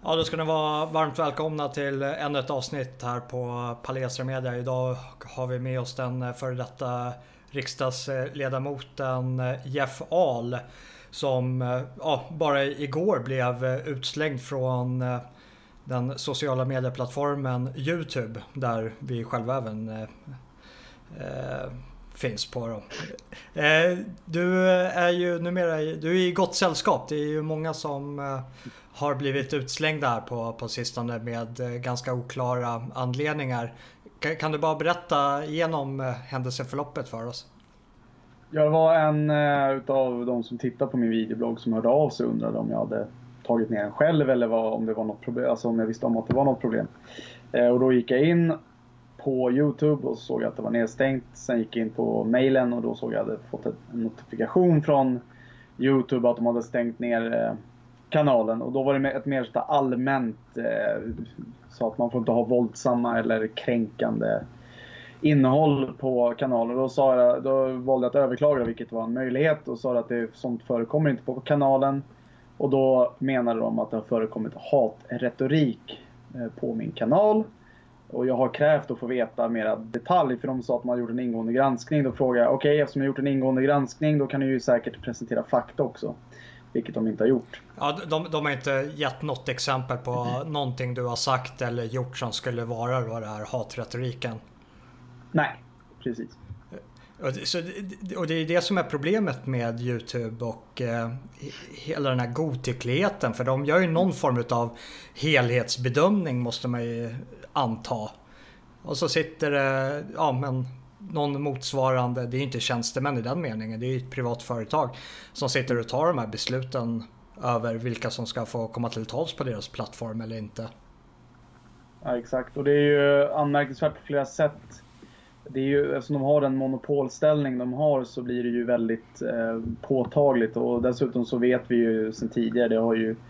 Ja, då ska ni vara varmt välkomna till ännu ett avsnitt här på Palestra Media. Idag har vi med oss den före detta riksdagsledamoten Jeff Ahl som bara igår blev utslängd från den sociala medieplattformen YouTube, där vi själva även finns på då. Du är ju numera i gott sällskap. Det är ju många som har blivit utslängda här på sistone med ganska oklara anledningar. Kan du bara berätta igenom händelseförloppet för oss? Jag var en utav de som tittar på min videoblogg som hörde av sig och undrade om jag hade tagit ner den själv eller om det var något problem, alltså om jag visste om att det var något problem. Och då gick jag in på YouTube och såg att det var nedstängt. Sen gick jag in på mailen och då såg jag att jag hade fått en notifikation från YouTube att de hade stängt ner kanalen. Och då var det ett mer så allmänt så att man får inte ha våldsamma eller kränkande innehåll på kanalen. Då valde jag att överklaga, vilket var en möjlighet, och sa att sånt förekommer inte på kanalen. Och då menade de att det har förekommit hatretorik på min kanal. Och jag har krävt att få veta mera detalj, för de sa att man gjort en ingående granskning. Då frågade jag, okej, eftersom jag gjort en ingående granskning, då kan ni ju säkert presentera fakta också. Vilket de inte har gjort. Ja, de har inte gett något exempel på någonting du har sagt eller gjort som skulle vara då det här hatretoriken. Nej, precis. Och det är det som är problemet med YouTube och hela den här godtyckligheten. För de gör ju någon form av helhetsbedömning, måste man ju anta. Och så sitter det någon motsvarande, det är inte tjänstemän i den meningen, det är ett privat företag som sitter och tar de här besluten över vilka som ska få komma till tals på deras plattform eller inte. Ja, exakt. Och det är ju anmärkningsvärt på flera sätt. Det är ju, eftersom de har den monopolställning de har, så blir det ju väldigt påtagligt. Och dessutom så vet vi ju sedan tidigare, det har ju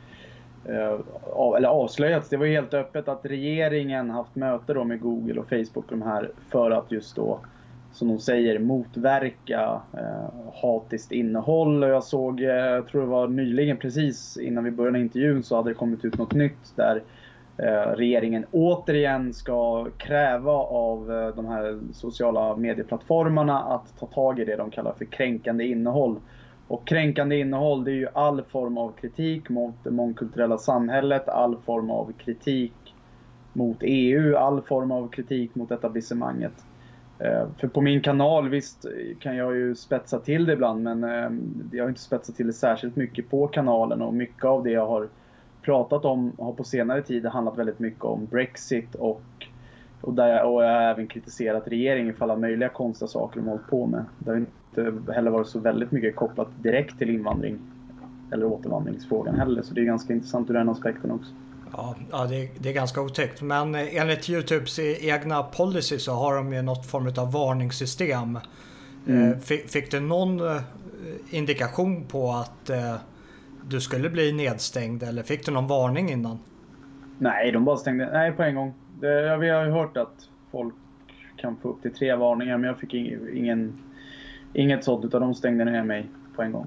avslöjats, det var ju helt öppet att regeringen haft möte då med Google och Facebook de här, för att just då, som de säger, motverka hatiskt innehåll. Och jag såg, jag tror det var nyligen, precis innan vi började intervjun, så hade det kommit ut något nytt där regeringen återigen ska kräva av de här sociala medieplattformarna att ta tag i det de kallar för kränkande innehåll. Och kränkande innehåll, det är ju all form av kritik mot det mångkulturella samhället, all form av kritik mot EU, all form av kritik mot etablissemanget. För på min kanal, visst kan jag ju spetsa till det ibland, men jag har inte spetsat till det särskilt mycket på kanalen, och mycket av det jag har pratat om har på senare tid handlat väldigt mycket om Brexit och jag har även kritiserat regeringen för alla möjliga konstiga saker de har hållit på med. Det har inte heller varit så väldigt mycket kopplat direkt till invandring eller återvandringsfrågan heller, så det är ganska intressant ur den aspekten också. Ja, det är ganska otäckt. Men enligt YouTubes egna policy så har de ju något form av varningssystem. Fick du någon indikation på att du skulle bli nedstängd, eller fick du någon varning innan? Nej, de bara stängde på en gång. Vi har ju hört att folk kan få upp till 3 varningar, men jag fick inget sånt, utan de stängde ner mig på en gång.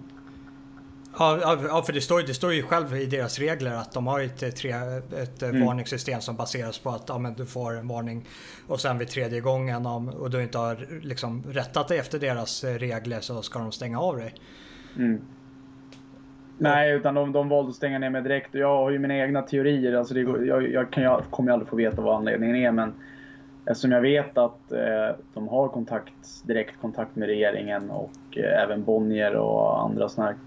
Ja, för det står ju själv i deras regler att de har ett varningssystem som baseras på att du får en varning, och sen vid 3:e gången och du inte har liksom rättat dig efter deras regler, så ska de stänga av dig. Nej, utan de valde att stänga ner mig direkt. Jag har ju mina egna teorier. Alltså jag kommer aldrig få veta vad anledningen är, men eftersom jag vet att de har direkt kontakt med regeringen och även Bonnier och andra såna här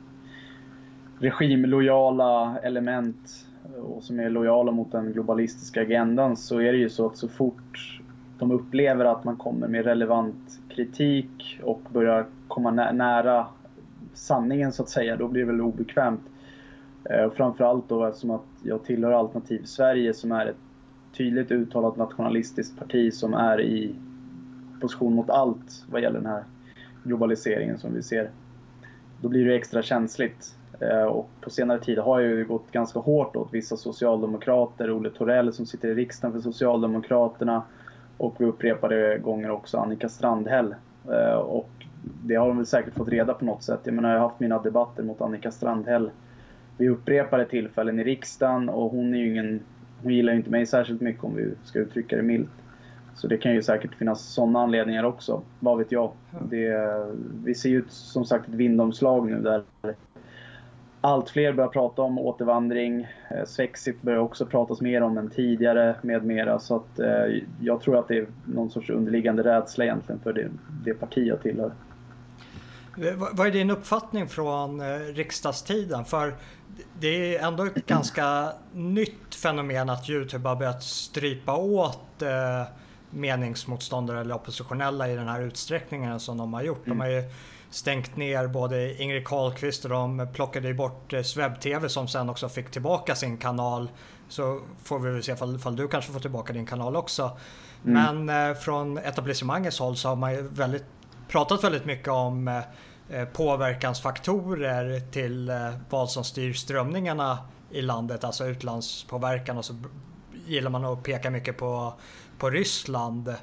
regimlojala element och som är lojala mot den globalistiska agendan, så är det ju så att så fort de upplever att man kommer med relevant kritik och börjar komma nära sanningen, så att säga, då blir det väl obekvämt. Framförallt då eftersom att jag tillhör Alternativ Sverige, som är ett tydligt uttalat nationalistiskt parti som är i position mot allt vad gäller den här globaliseringen som vi ser. Då blir det extra känsligt. Och på senare tid har jag ju gått ganska hårt åt vissa socialdemokrater, Olle Torell som sitter i riksdagen för Socialdemokraterna, och vi upprepade gånger också Annika Strandhäll. Och det har de väl säkert fått reda på något sätt. Jag menar, jag har haft mina debatter mot Annika Strandhäll vid upprepade tillfällen i riksdagen, och hon gillar ju inte mig särskilt mycket, om vi ska uttrycka det milt. Så det kan ju säkert finnas sådana anledningar också, vad vet jag. Vi ser ju som sagt ett vindomslag nu där allt fler börjar prata om återvandring. Svexit börjar också pratas mer om än tidigare med mera. Så att jag tror att det är någon sorts underliggande rädsla egentligen för det parti jag tillhör. Vad är din uppfattning från riksdagstiden? För det är ändå ett ganska nytt fenomen att YouTube har börjat strypa åt meningsmotståndare eller oppositionella i den här utsträckningen som de har gjort. De har ju stängt ner både Ingrid Carlqvist, och de plockade ju bort Swebb-TV som sen också fick tillbaka sin kanal. Så får vi väl se ifall du kanske får tillbaka din kanal också. Men från etablissemangets håll så har man ju pratat väldigt mycket om påverkansfaktorer till vad som styr strömningarna i landet, alltså utlandspåverkan, och så gillar man att peka mycket på Ryssland.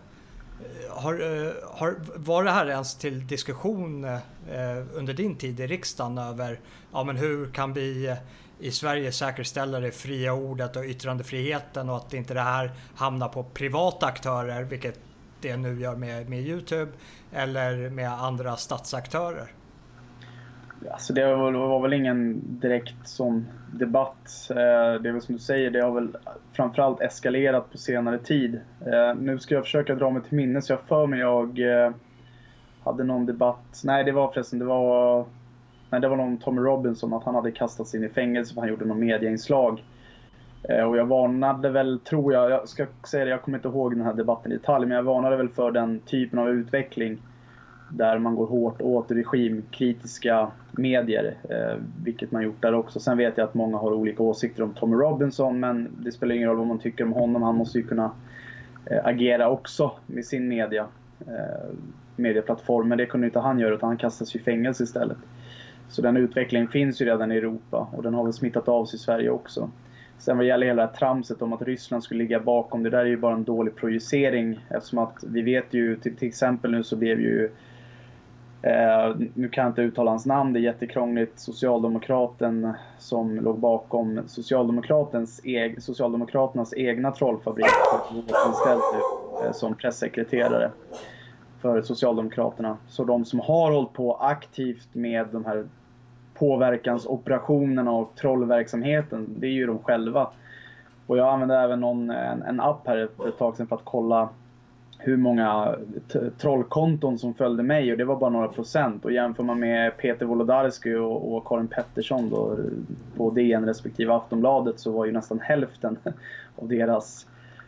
Var det här ens till diskussion under din tid i riksdagen över men hur kan vi i Sverige säkerställa det fria ordet och yttrandefriheten, och att inte det här hamnar på privata aktörer, vilket det nu gör med YouTube eller med andra statsaktörer? Alltså det var väl ingen direkt sån debatt. Det är väl som du säger, det har väl framförallt eskalerat på senare tid. Nu ska jag försöka dra mig till minnes. Jag för mig jag hade någon debatt. Nej, det var någon Tommy Robinson, att han hade kastats in i fängelse för han gjorde någon medieinslag. Och jag varnade väl, tror jag ska säga det, jag kommer inte ihåg den här debatten i detalj, men jag varnade väl för den typen av utveckling där man går hårt åt regimkritiska medier, vilket man gjort där också. Sen vet jag att många har olika åsikter om Tommy Robinson, men det spelar ingen roll vad man tycker om honom. Han måste ju kunna agera också med sin medieplattform, men det kunde inte han göra, utan han kastas i fängelse istället. Så den utvecklingen finns ju redan i Europa, och den har väl smittat av sig i Sverige också. Sen vad gäller hela tramset om att Ryssland skulle ligga bakom, det där är ju bara en dålig projicering, eftersom att vi vet ju till exempel nu så blev ju nu kan jag inte uttala hans namn, det är jättekrångligt, socialdemokraten som låg bakom Socialdemokraternas egna trollfabrik anställd som pressekreterare för Socialdemokraterna. Så de som har hållit på aktivt med de här påverkansoperationerna och trollverksamheten, det är ju de själva. Och jag använde även en app här ett tag sedan för att kolla hur många trollkonton som följde mig, och det var bara några procent. Och jämför man med Peter Wolodarski och Karin Pettersson då, på DN respektive Aftonbladet, så var ju nästan hälften av deras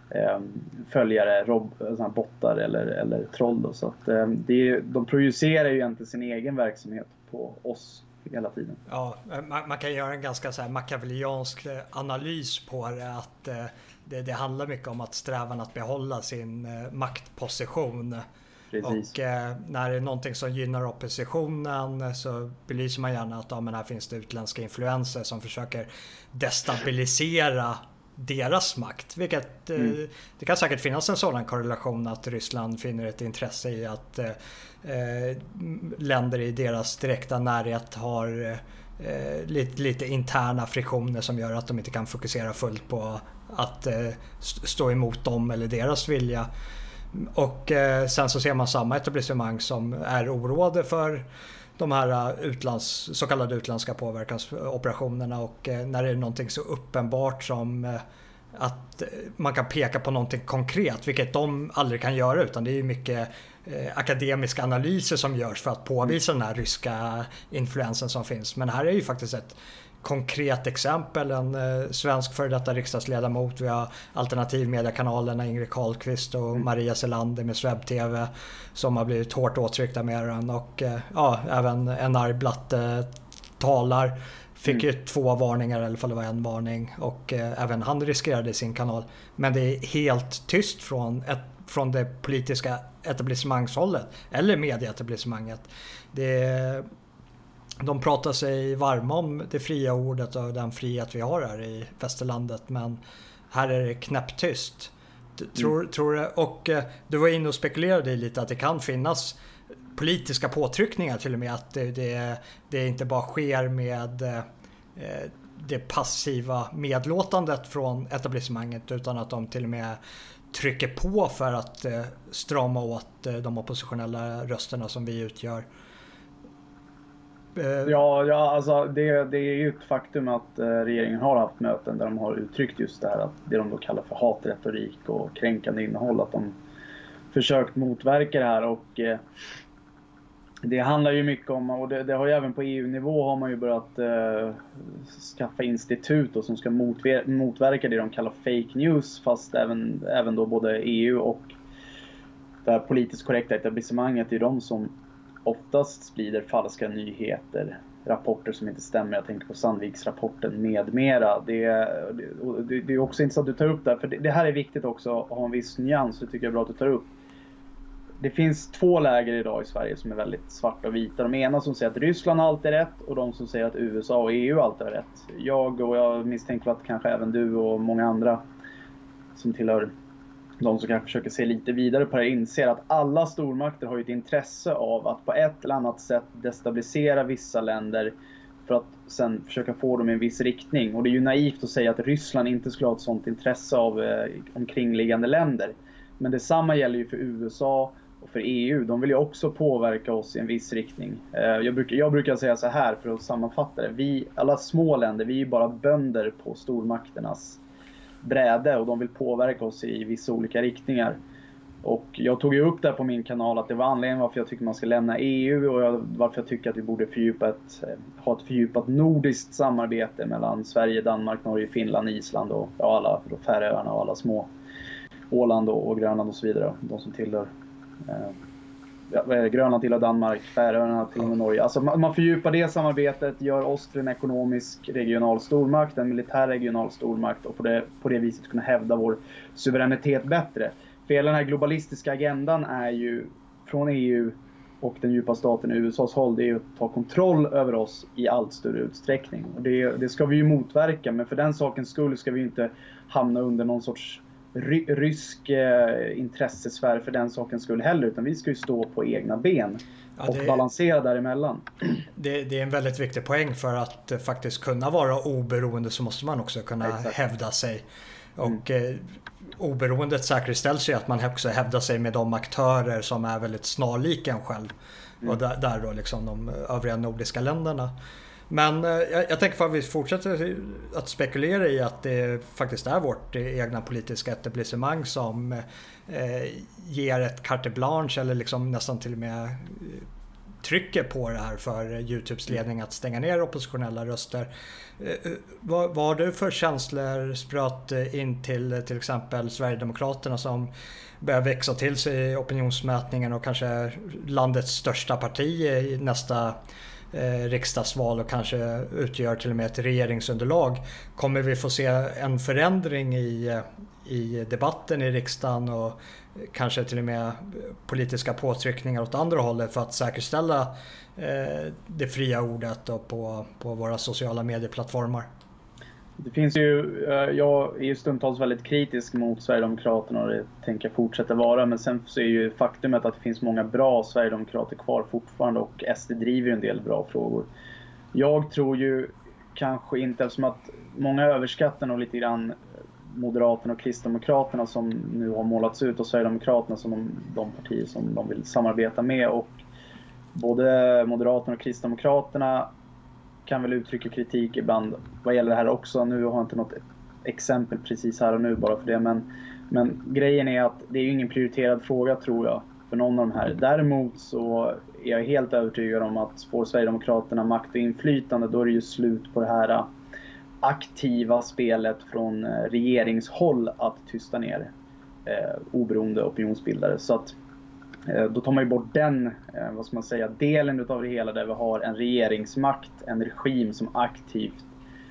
följare bottar eller troll då. Så att de projicerar ju inte sin egen verksamhet på oss hela tiden. Ja, man kan göra en ganska så här machiavelliansk analys på det, att det handlar mycket om att strävan att behålla sin maktposition. Precis. Och när det är någonting som gynnar oppositionen så belyser man gärna att men här finns det utländska influenser som försöker destabilisera deras makt, vilket det kan säkert finnas en sådan korrelation att Ryssland finner ett intresse i att länder i deras direkta närhet har lite interna friktioner som gör att de inte kan fokusera fullt på att stå emot dem eller deras vilja. Och sen så ser man samma etablissemang som är oroade för de här så kallade utländska påverkansoperationerna, och när det är någonting så uppenbart som att man kan peka på någonting konkret, vilket de aldrig kan göra, utan det är ju mycket akademiska analyser som görs för att påvisa den här ryska influensen som finns. Men här är ju faktiskt ett konkret exempel, en svensk före detta riksdagsledamot, vi har alternativmediekanalerna Ingrid Carlqvist och Maria Selander med Swebb-TV som har blivit hårt åtryckta med den, och även en Arblatte talar fick ju 2 varningar, i alla fall det var en varning, och även han riskerade sin kanal. Men det är helt tyst från det politiska etablissemangshållet eller medieetablissemanget. De pratar sig varma om det fria ordet och den frihet vi har här i västerlandet, men här är det knäpptyst. Tror du, och du var inne och spekulerade i lite att det kan finnas politiska påtryckningar till och med, att det inte bara sker med det passiva medlåtandet från etablissemanget, utan att de till och med trycker på för att strama åt de oppositionella rösterna som vi utgör. Ja, alltså det är ju ett faktum att regeringen har haft möten där de har uttryckt just det här, att det de då kallar för hatretorik och kränkande innehåll, att de försökt motverka det här. Och det handlar ju mycket om, och det har ju även på EU-nivå har man ju börjat skaffa institut då, som ska motverka det de kallar fake news, fast även då både EU och det här politiskt korrekta etablissemanget är de som oftast sprider falska nyheter, rapporter som inte stämmer. Jag tänker på Sandviksrapporten med mera. Det är också intressant att du tar upp det, för det här är viktigt också att ha en viss nyans. Det tycker jag är bra att du tar upp. Det finns två läger idag i Sverige som är väldigt svarta och vita. De ena som säger att Ryssland alltid är rätt, och de som säger att USA och EU alltid är rätt. Jag misstänker att kanske även du och många andra som tillhör de som kanske försöker se lite vidare på det inser att alla stormakter har ju ett intresse av att på ett eller annat sätt destabilisera vissa länder för att sen försöka få dem i en viss riktning. Och det är ju naivt att säga att Ryssland inte skulle ha ett sådant intresse av omkringliggande länder. Men detsamma gäller ju för USA och för EU. De vill ju också påverka oss i en viss riktning. Jag brukar säga så här för att sammanfatta det. Alla små länder, vi är ju bara bönder på stormakternas bräde, och de vill påverka oss i vissa olika riktningar. Och jag tog ju upp där på min kanal att det var anledningen varför jag tycker man ska lämna EU, och varför jag tycker att vi borde ha ett fördjupat nordiskt samarbete mellan Sverige, Danmark, Norge, Finland, Island och alla Färöarna och alla små Åland och Grönland och så vidare. De som tillhör Grönland tillhör Danmark, Färöarna tillhör Norge. Alltså man fördjupar det samarbetet, gör oss till en ekonomisk regional stormakt, en militär regional stormakt, och på det viset kunna hävda vår suveränitet bättre. För hela den här globalistiska agendan är ju från EU och den djupa staten i USAs håll, det är ju att ta kontroll över oss i allt större utsträckning. Och det ska vi ju motverka, men för den sakens skull ska vi ju inte hamna under någon sorts rysk intressesfär för den sakens skull heller, utan vi ska ju stå på egna ben och balansera däremellan. Det är en väldigt viktig poäng. För att faktiskt kunna vara oberoende så måste man också kunna hävda sig. Och oberoendet säkerställs ju att man också hävdar sig med de aktörer som är väldigt snarlika en själv. Och där då liksom de övriga nordiska länderna. Men jag tänker för att vi fortsätter att spekulera i att det faktiskt är vårt egna politiska etablissemang som ger ett carte blanche, eller liksom nästan till och med trycker på det här för YouTubes ledning att stänga ner oppositionella röster. Vad har du för känslor spröt in till exempel Sverigedemokraterna, som börjar växa till sig i opinionsmätningen och kanske landets största parti i nästa riksdagsval och kanske utgör till och med ett regeringsunderlag? Kommer vi få se en förändring i debatten i riksdagen och kanske till och med politiska påtryckningar åt andra hållet för att säkerställa det fria ordet och på våra sociala medieplattformar? Det finns ju, jag är ju stundtals väldigt kritisk mot Sverigedemokraterna, och det tänker jag fortsätta vara, men sen så är ju faktumet att det finns många bra Sverigedemokrater kvar fortfarande, och SD driver en del bra frågor. Jag tror ju kanske inte, eftersom att många överskattar nog lite grann Moderaterna och Kristdemokraterna som nu har målats ut, och Sverigedemokraterna som de partier som de vill samarbeta med, och både Moderaterna och Kristdemokraterna kan väl uttrycka kritik ibland vad gäller det här också. Nu har jag inte något exempel precis här och nu bara för det, men grejen är att det är ju ingen prioriterad fråga, tror jag, för någon av de här. Däremot så är jag helt övertygad om att får Sverigedemokraterna makt och inflytande, då är det ju slut på det här aktiva spelet från regeringshåll att tysta ner oberoende opinionsbildare. Så att då tar man ju bort den, vad ska man säga, delen utav det hela där vi har en regeringsmakt, en regim som aktivt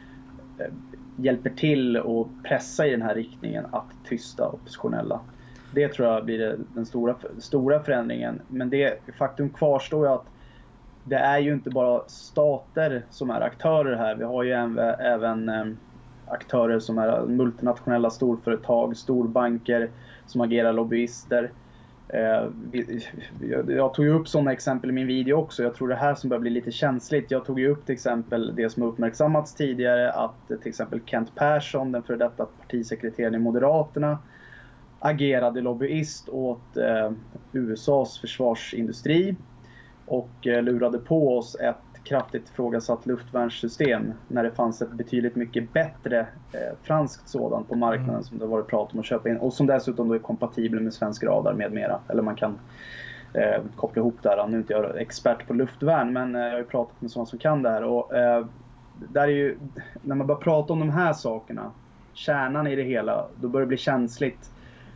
hjälper till och pressa i den här riktningen att tysta oppositionella. Det tror jag blir den stora förändringen. Men det faktum kvarstår ju att det är ju inte bara stater som är aktörer här. Vi har ju även aktörer som är multinationella storföretag, storbanker som agerar lobbyister. Jag tog ju upp sådana exempel i min video också. Jag tror det här som börjar bli lite känsligt. Jag tog ju upp till exempel det som uppmärksammats tidigare, att till exempel Kent Persson, den före detta partisekreteraren i Moderaterna, agerade lobbyist åt USAs försvarsindustri och lurade på oss ett kraftigt ifrågasatt luftvärnssystem när det fanns ett betydligt mycket bättre franskt sådant på marknaden som det varit prat om att köpa in, och som dessutom då är kompatibel med svensk radar med mera. Eller man kan koppla ihop det här. Nu är inte jag expert på luftvärn, men jag har ju pratat med sådana som kan det här. Och där är ju, när man börjar prata om de här sakerna, kärnan i det hela, då börjar det bli känsligt.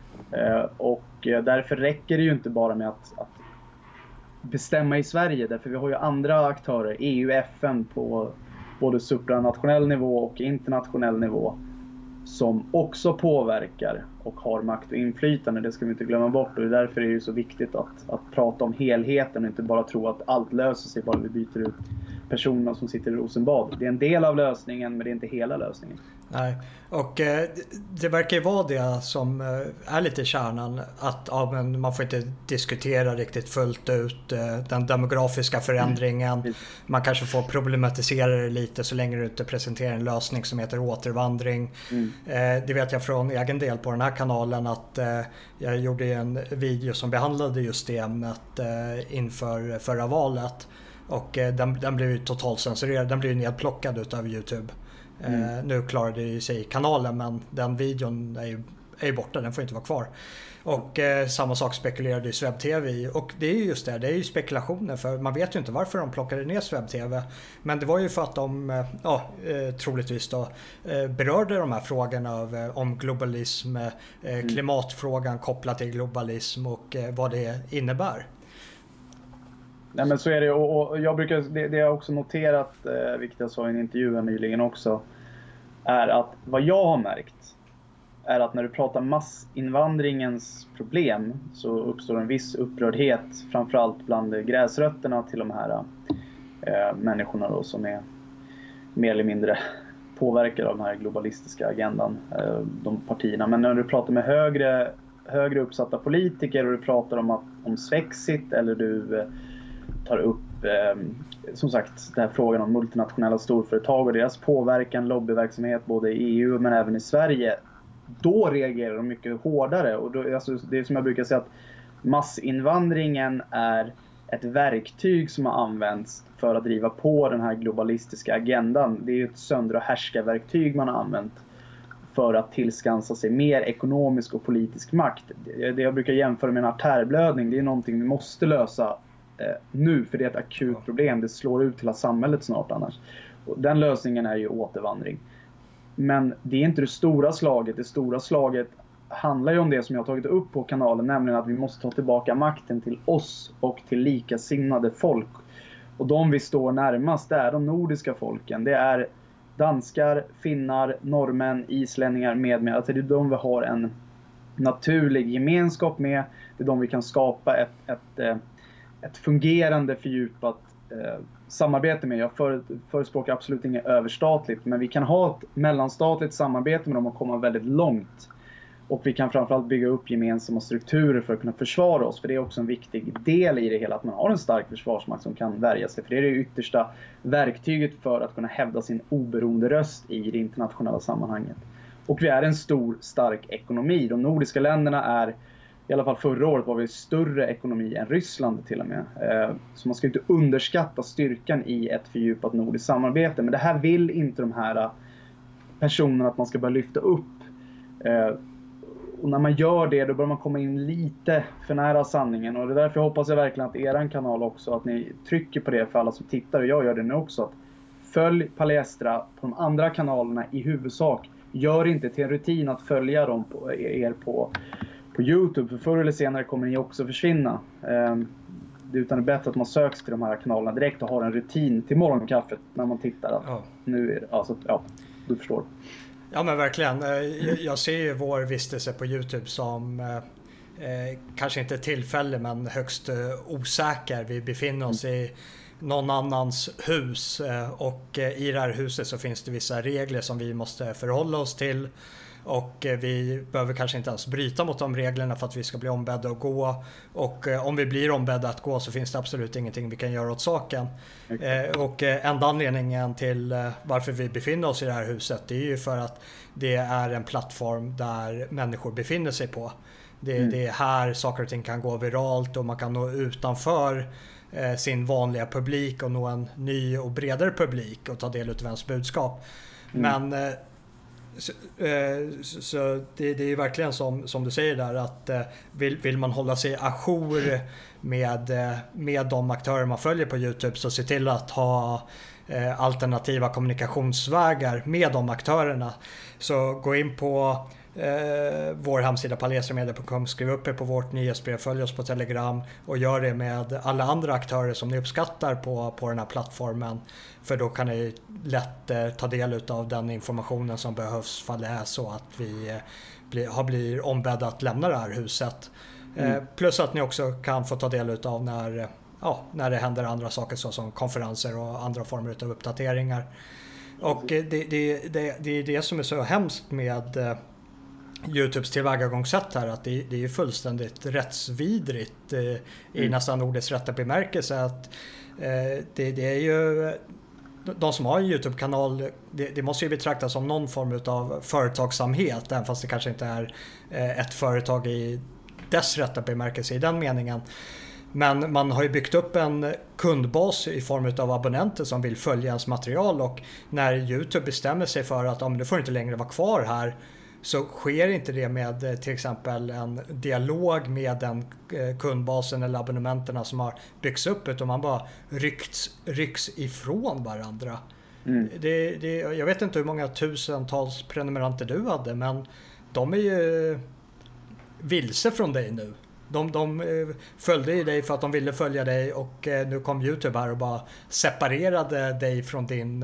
Och därför räcker det ju inte bara med att bestämma i Sverige, därför vi har ju andra aktörer, EU, FN på både supranationell nivå och internationell nivå, som också påverkar och har makt och inflytande. Det ska vi inte glömma bort, och därför är det så viktigt att prata om helheten och inte bara tro att allt löser sig bara vi byter ut personerna som sitter i Rosenbad. Det är en del av lösningen, men det är inte hela lösningen. Nej, och det verkar ju vara det som är lite kärnan, att men man får inte diskutera riktigt fullt ut den demografiska förändringen. Man kanske får problematisera det lite så länge du inte presenterar en lösning som heter återvandring. Det vet jag från egen del på den här kanalen, att jag gjorde en video som behandlade just det ämnet inför förra valet, och den blev ju totalt censurerad, den blev ju nedplockad utav YouTube. Nu klarade det sig i kanalen, men den videon är ju borta, den får inte vara kvar. Och samma sak spekulerade ju Swebb TV i, och det är ju just det är ju spekulationer, för man vet ju inte varför de plockade ner Swebb TV, men det var ju för att de troligtvis då berörde de här frågorna om globalism, klimatfrågan kopplat till globalism och vad det innebär. Nej, men så är det, och jag brukar, det jag också noterat, vilket jag sa i en intervju nyligen också, är att vad jag har märkt är att när du pratar massinvandringens problem så uppstår en viss upprördhet, framförallt bland gräsrötterna till de här människorna då, som är mer eller mindre påverkade av den här globalistiska agendan, de partierna. Men när du pratar med högre uppsatta politiker och du pratar om Svexit, eller du tar upp som sagt den här frågan om multinationella storföretag och deras påverkan, lobbyverksamhet både i EU men även i Sverige, då reagerar de mycket hårdare. Och då, alltså, det är som jag brukar säga, att massinvandringen är ett verktyg som har använts för att driva på den här globalistiska agendan. Det är ett söndra- och härska-verktyg man har använt för att tillskansa sig mer ekonomisk och politisk makt. Det jag brukar jämföra med en artärblödning, det är någonting vi måste lösa nu, för det är ett akut problem. Det slår ut hela samhället snart annars. Och den lösningen är ju återvandring. Men det är inte det stora slaget. Det stora slaget handlar ju om det som jag har tagit upp på kanalen, nämligen att vi måste ta tillbaka makten till oss och till likasinnade folk. Och de vi står närmast, det är de nordiska folken. Det är danskar, finnar, norrmän, islänningar med. Alltså det är de vi har en naturlig gemenskap med. Det är de vi kan skapa ett fungerande fördjupat samarbete med. Jag förespråkar absolut inget överstatligt, men vi kan ha ett mellanstatligt samarbete med dem och komma väldigt långt. Och vi kan framförallt bygga upp gemensamma strukturer för att kunna försvara oss. För det är också en viktig del i det hela, att man har en stark försvarsmakt som kan värja sig. För det är det yttersta verktyget för att kunna hävda sin oberoende röst i det internationella sammanhanget. Och vi är en stor, stark ekonomi. De nordiska länderna är, i alla fall förra året var vi större ekonomi än Ryssland till och med. Så man ska inte underskatta styrkan i ett fördjupat nordiskt samarbete. Men det här vill inte de här personerna att man ska börja lyfta upp. Och när man gör det, då börjar man komma in lite för nära sanningen. Och det är därför jag hoppas verkligen att er kanal också, att ni trycker på det för alla som tittar. Och jag gör det nu också. Att följ Palestra på de andra kanalerna i huvudsak. Gör inte till en rutin att följa dem på YouTube. För förr eller senare kommer ni också försvinna. Utan det är bättre att man söks till de här kanalerna direkt och har en rutin till morgonkaffet när man tittar. Att nu är det, alltså, ja, du förstår. Ja, men verkligen. Jag ser ju vår vistelse på YouTube som kanske inte tillfälle, men högst osäker. Vi befinner oss i någon annans hus, och i det här huset så finns det vissa regler som vi måste förhålla oss till. och vi behöver kanske inte ens bryta mot de reglerna för att vi ska bli ombedda att gå, och om vi blir ombedda att gå så finns det absolut ingenting vi kan göra åt saken. Och enda anledningen till varför vi befinner oss i det här huset, det är ju för att det är en plattform där människor befinner sig på. Det är här saker och ting kan gå viralt och man kan nå utanför sin vanliga publik och nå en ny och bredare publik och ta del av ens budskap. Men så det är ju verkligen som du säger där, att vill man hålla sig ajour med de aktörer man följer på YouTube, så se till att ha alternativa kommunikationsvägar med de aktörerna. Så gå in på vår hemsida palestramedia.com, skriv upp er på vårt nyhetsbrev, följ oss på Telegram och gör det med alla andra aktörer som ni uppskattar på den här plattformen, för då kan ni lätt ta del av den informationen som behövs för det är så att vi blir ombedda att lämna det här huset. Plus att ni också kan få ta del av när det händer andra saker såsom konferenser och andra former av uppdateringar. Och det är det som är så hemskt med YouTubes tillvägagångssätt här, att det är fullständigt rättsvidrigt i nästan ordets rätta bemärkelse. Att det är ju de som har en YouTube-kanal, det måste ju betraktas som någon form av företagsamhet, även fast det kanske inte är ett företag i dess rätta bemärkelse i den meningen. Men man har ju byggt upp en kundbas i form av abonnenter som vill följa ens material, och när YouTube bestämmer sig för att du får inte längre vara kvar här, så sker inte det med till exempel en dialog med den kundbasen eller abonnementerna som har byggts upp, utan man bara rycks ifrån varandra. Jag vet inte hur många tusentals prenumeranter du hade, men de är ju vilse från dig nu. De följde i dig för att de ville följa dig, och nu kom YouTube här och bara separerade dig från din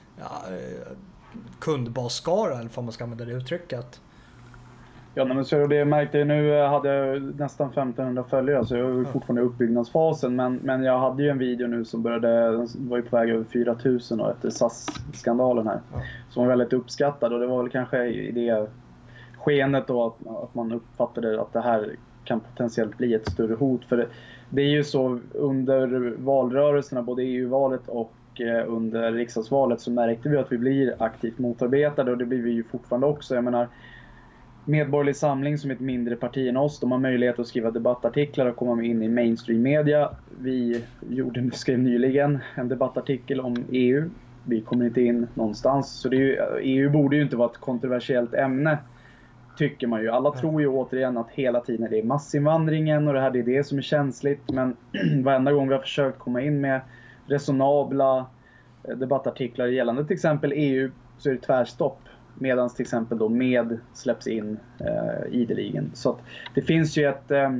kundbasskara, eller vad man ska använda det uttrycket. Ja, men så det märkte jag nu, hade jag nästan 1500 följare, så jag är fortfarande i uppbyggnadsfasen, men jag hade ju en video nu som var ju på väg över 4000 efter SAS-skandalen här, som var väldigt uppskattad, och det var väl kanske i det skenet då att man uppfattade att det här kan potentiellt bli ett större hot, för det är ju så under valrörelserna, både EU-valet och under riksdagsvalet, så märkte vi att vi blir aktivt motarbetade, och det blir vi ju fortfarande också. Jag menar, Medborgerlig Samling som ett mindre parti än oss, de har möjlighet att skriva debattartiklar och komma in i mainstream media. Vi skrev nyligen en debattartikel om EU. Vi kommer inte in någonstans, så EU borde ju inte vara ett kontroversiellt ämne, tycker man ju. Alla tror ju återigen att hela tiden det är massinvandringen och det är det som är känsligt, men varenda gång vi har försökt komma in med resonabla debattartiklar gällande till exempel EU, så är det tvärstopp, medan till exempel då med släpps in ideligen. Så att det finns ju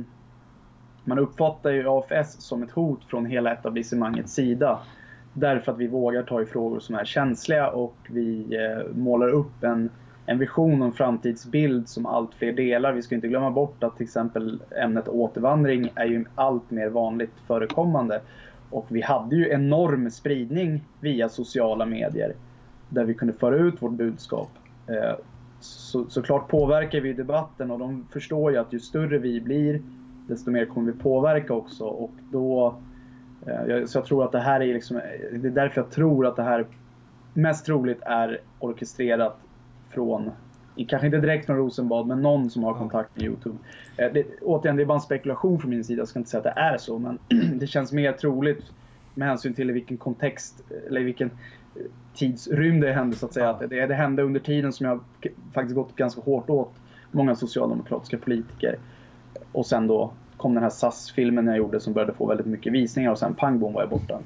man uppfattar ju AFS som ett hot från hela etablissemangets sida, därför att vi vågar ta i frågor som är känsliga, och vi målar upp en vision och en framtidsbild som allt fler delar. Vi ska inte glömma bort att till exempel ämnet återvandring är ju allt mer vanligt förekommande. Och vi hade ju enorm spridning via sociala medier där vi kunde föra ut vårt budskap. Såklart påverkar vi debatten, och de förstår ju att ju större vi blir, desto mer kommer vi påverka också. Och då, så jag tror att det här är liksom, det är därför jag tror att det här mest troligt är orkestrerat från, kanske inte direkt från Rosenbad, men någon som har kontakt med YouTube. Återigen, det är bara en spekulation från min sida, jag ska inte säga att det är så, men det känns mer troligt med hänsyn till i vilken kontext eller i vilken tidsrymd det hände, så att säga. Att det hände under tiden som jag faktiskt gått ganska hårt åt många socialdemokratiska politiker, och sen då kom den här SAS-filmen jag gjorde som började få väldigt mycket visningar, och sen pang bom var jag borta.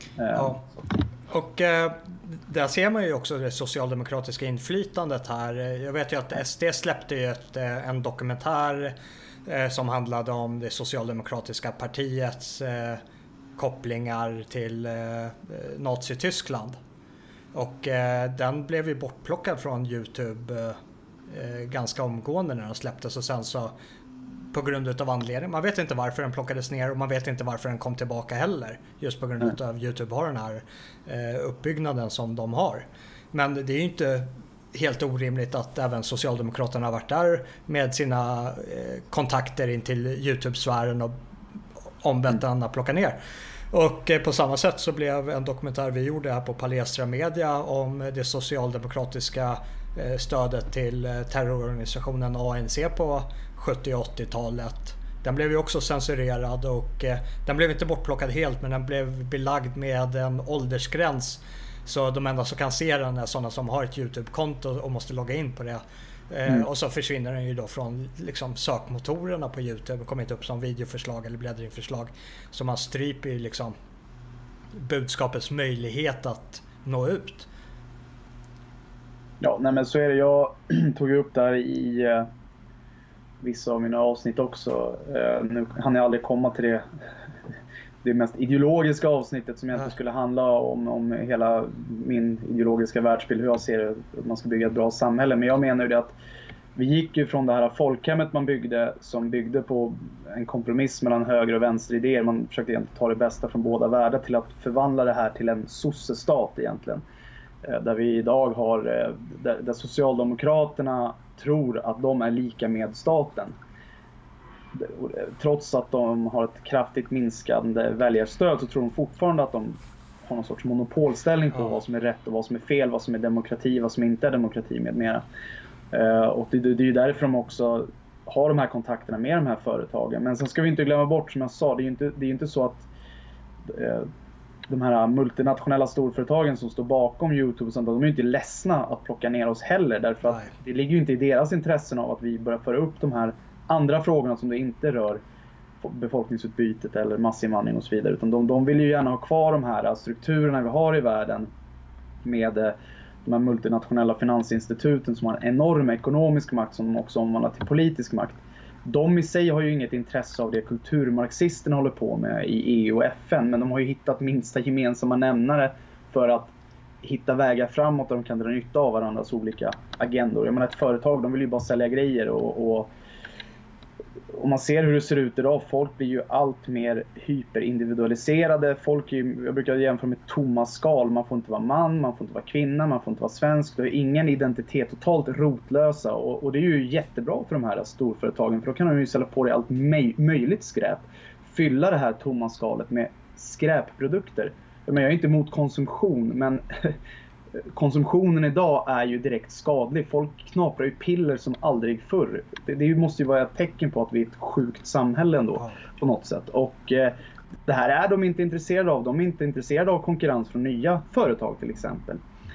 Och där ser man ju också det socialdemokratiska inflytandet här. Jag vet ju att SD släppte ju en dokumentär som handlade om det socialdemokratiska partiets kopplingar till Nazi-Tyskland. Och den blev ju bortplockad från YouTube ganska omgående när den släpptes, och sen så på grund av anledning, man vet inte varför den plockades ner, och man vet inte varför den kom tillbaka heller, just på grund av YouTube har den här uppbyggnaden som de har. Men det är ju inte helt orimligt att även Socialdemokraterna har varit där med sina kontakter in till YouTube-sfären och ombett den att plocka ner. Och på samma sätt så blev en dokumentär vi gjorde här på Palestra Media om det socialdemokratiska stödet till terrororganisationen ANC på 70- och 80-talet. Den blev ju också censurerad och den blev inte bortplockad helt, men den blev belagd med en åldersgräns. Så de enda som kan se den är sådana som har ett YouTube-konto och måste logga in på det. Och så försvinner den ju då från liksom sökmotorerna på YouTube och kommer inte upp som videoförslag eller bläddringförslag. Så man stryper ju liksom budskapets möjlighet att nå ut. Ja, nej men så är det. Jag tog upp där i vissa av mina avsnitt också. Nu hann jag aldrig komma till det mest ideologiska avsnittet som egentligen skulle handla om hela min ideologiska världsbild, hur jag ser det, att man ska bygga ett bra samhälle. Men jag menar ju det att vi gick ju från det här folkhemmet man byggde, som byggde på en kompromiss mellan höger och vänster idéer. Man försökte egentligen ta det bästa från båda världar till att förvandla det här till en sossestat egentligen. Där vi idag har, där Socialdemokraterna tror att de är lika med staten. Trots att de har ett kraftigt minskande väljarstöd så tror de fortfarande att de har någon sorts monopolställning på vad som är rätt och vad som är fel, vad som är demokrati, vad som inte är demokrati med mera. Och det är ju därför de också har de här kontakterna med de här företagen. Men sen ska vi inte glömma bort, som jag sa, det är ju inte så att de här multinationella storföretagen som står bakom YouTube och sånt, de är ju inte ledsna att plocka ner oss heller, därför att det ligger ju inte i deras intressen av att vi börjar föra upp de här andra frågorna som det inte rör befolkningsutbytet eller massinvandring och så vidare, utan de vill ju gärna ha kvar de här strukturerna vi har i världen med de här multinationella finansinstituten som har en enorm ekonomisk makt som också omvandlar till politisk makt. De i sig har ju inget intresse av det kulturmarxisterna håller på med i EU och FN, men de har ju hittat minsta gemensamma nämnare för att hitta vägar framåt där de kan dra nytta av varandras olika agendor. Jag menar, ett företag, de vill ju bara sälja grejer och man ser hur det ser ut idag. Folk blir ju allt mer hyperindividualiserade. Jag brukar jämföra med tomma skal. Man får inte vara man, man får inte vara kvinna, man får inte vara svensk. Det är ingen identitet, totalt rotlösa. Och det är ju jättebra för de här storföretagen, för då kan de ju ställa på det allt möjligt skräp. Fylla det här tomma skalet med skräpprodukter. Jag är inte emot konsumtion, men konsumtionen idag är ju direkt skadlig. Folk knaprar ju piller som aldrig förr. Det måste ju vara ett tecken på att vi är ett sjukt samhälle ändå på något sätt. Och det här är de inte intresserade av. De är inte intresserade av konkurrens från nya företag till exempel.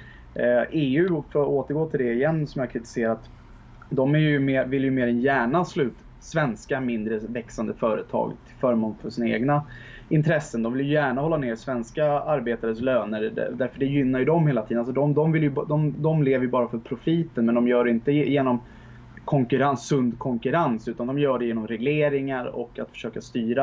EU, för att återgå till det igen som jag kritiserat, de vill ju mer än gärna sluta svenska mindre växande företag till förmån för sina egna intressen. De vill ju gärna hålla ner svenska arbetares löner, därför det gynnar ju dem hela tiden. Alltså de lever ju bara för profiten, men de gör det inte genom sund konkurrens, utan de gör det genom regleringar och att försöka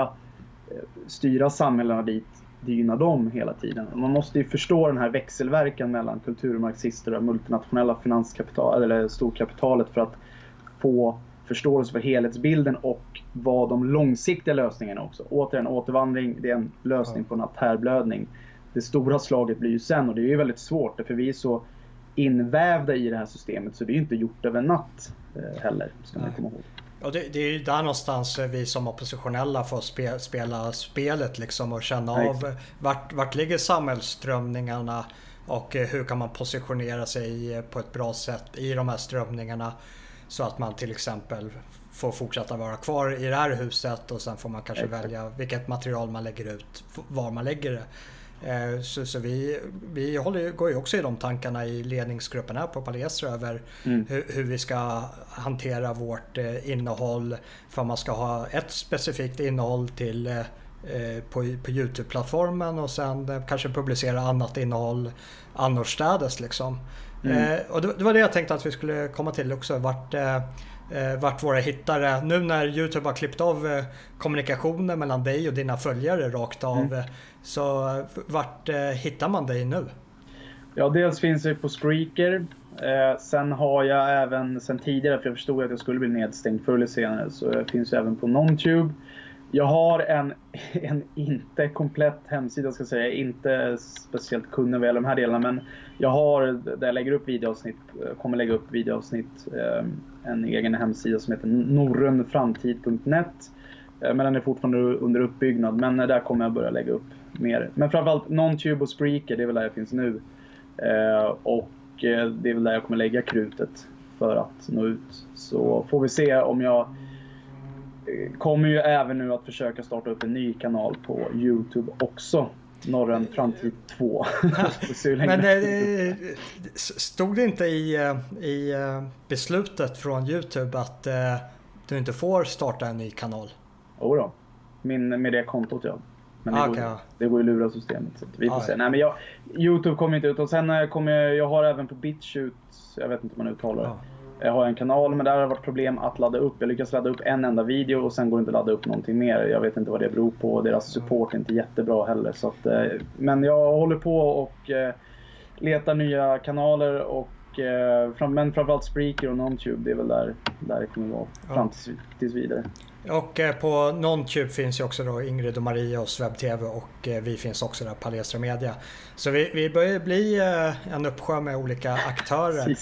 styra samhällena dit det gynnar dem hela tiden. Man måste ju förstå den här växelverkan mellan kulturmarxister och multinationella finanskapital eller storkapitalet för att få förståelse för helhetsbilden och vad de långsiktiga lösningarna också. Återigen, återvandring, det är en lösning på en artärblödning. Det stora slaget blir ju sen, och det är ju väldigt svårt för vi är så invävda i det här systemet, så det är ju inte gjort över natt heller, ska man komma ihåg. Och det är ju där någonstans vi som oppositionella får spela spelet liksom och känna av vart ligger samhällsströmningarna och hur kan man positionera sig på ett bra sätt i de här strömningarna, så att man till exempel får fortsätta vara kvar i det här huset, och sen får man kanske välja vilket material man lägger ut, var man lägger det. Så vi går ju också i de tankarna i ledningsgruppen här på Palestra över hur vi ska hantera vårt innehåll, för man ska ha ett specifikt innehåll till på YouTube-plattformen och sen kanske publicera annat innehåll annorstädes liksom. Och det var det jag tänkte att vi skulle komma till också, vart våra hittare, nu när YouTube har klippt av kommunikationen mellan dig och dina följare rakt av, så vart hittar man dig nu? Ja, dels finns det på Spreaker. Sen har jag även sen tidigare, för jag förstod att jag skulle bli nedstängd förr eller senare, så jag finns även på NonTube. Jag har en inte komplett hemsida, ska jag säga. Inte speciellt kunnig vad gäller de här delarna, men jag har, där jag lägger upp videoavsnitt, kommer lägga upp videoavsnitt, en egen hemsida som heter norrönframtid.net. Men den är fortfarande under uppbyggnad, men där kommer jag börja lägga upp mer. Men framförallt Nontube och Spreaker, det är väl där jag finns nu. Och det är väl där jag kommer lägga krutet för att nå ut. Så får vi se om jag kommer ju även nu att försöka starta upp en ny kanal på YouTube också. Norrön Framtid 2. Men stod det inte i beslutet från YouTube att du inte får starta en ny kanal? Jo då. Med det kontot, ja. Men det går ju lura systemet. Så vi får se. Nej, men YouTube kommer inte ut. Och sen kommer jag har även på BitChute, jag vet inte om man uttalar det. Jag har en kanal, men där har det varit problem att ladda upp. Jag lyckas ladda upp en enda video och sen går det inte att ladda upp någonting mer. Jag vet inte vad det beror på. Deras support är inte jättebra heller. Så att, men jag håller på och letar nya kanaler. Men framförallt Spreaker och Nontube, det är väl där det kommer vara fram tills vidare. Och på Nontube finns ju också då Ingrid och Maria och Swebb-TV, och vi finns också där, Palestra Media. Så vi börjar bli en uppsjö med olika aktörer.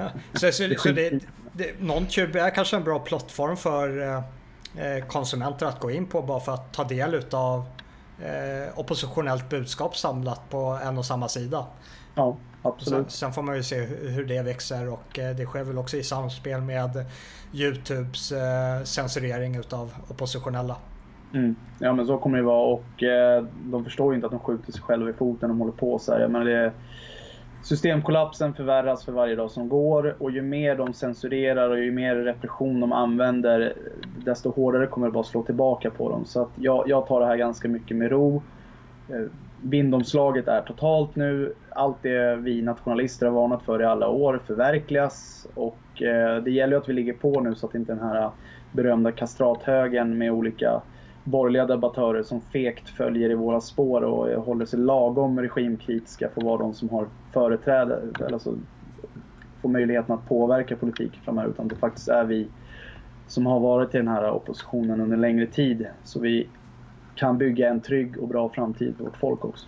Så Nontube är kanske en bra plattform för konsumenter att gå in på, bara för att ta del av oppositionellt budskap samlat på en och samma sida. Ja, absolut. Sen får man ju se hur det växer, och det sker väl också i samspel med YouTubes censurering utav oppositionella. Ja, men så kommer det vara, och de förstår ju inte att de skjuter sig själva i foten. De håller på så här. Men systemkollapsen förvärras för varje dag som går, och ju mer de censurerar och ju mer repression de använder, desto hårdare kommer det bara slå tillbaka på dem. Så att jag tar det här ganska mycket med ro. Vindomslaget är totalt nu. Allt det vi nationalister har varnat för i alla år förverkligas, och det gäller att vi ligger på nu så att inte den här berömda kastrathögen med olika borgerliga debattörer som fekt följer i våra spår och håller sig lagom regimkritiska får vara de som har företräde, eller så får möjligheten att påverka politik framöver, utan det faktiskt är vi som har varit i den här oppositionen under längre tid, så vi kan bygga en trygg och bra framtid för vårt folk också.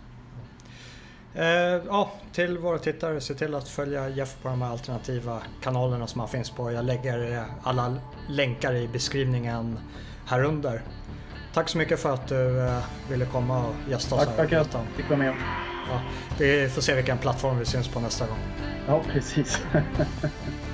Till våra tittare, se till att följa Jeff på de här alternativa kanalerna som han finns på. Jag lägger alla länkar i beskrivningen här under. Tack så mycket för att du ville komma och gästa oss. Tack för att jag fick vara med. Vi får se vilken plattform vi syns på nästa gång. Ja, precis.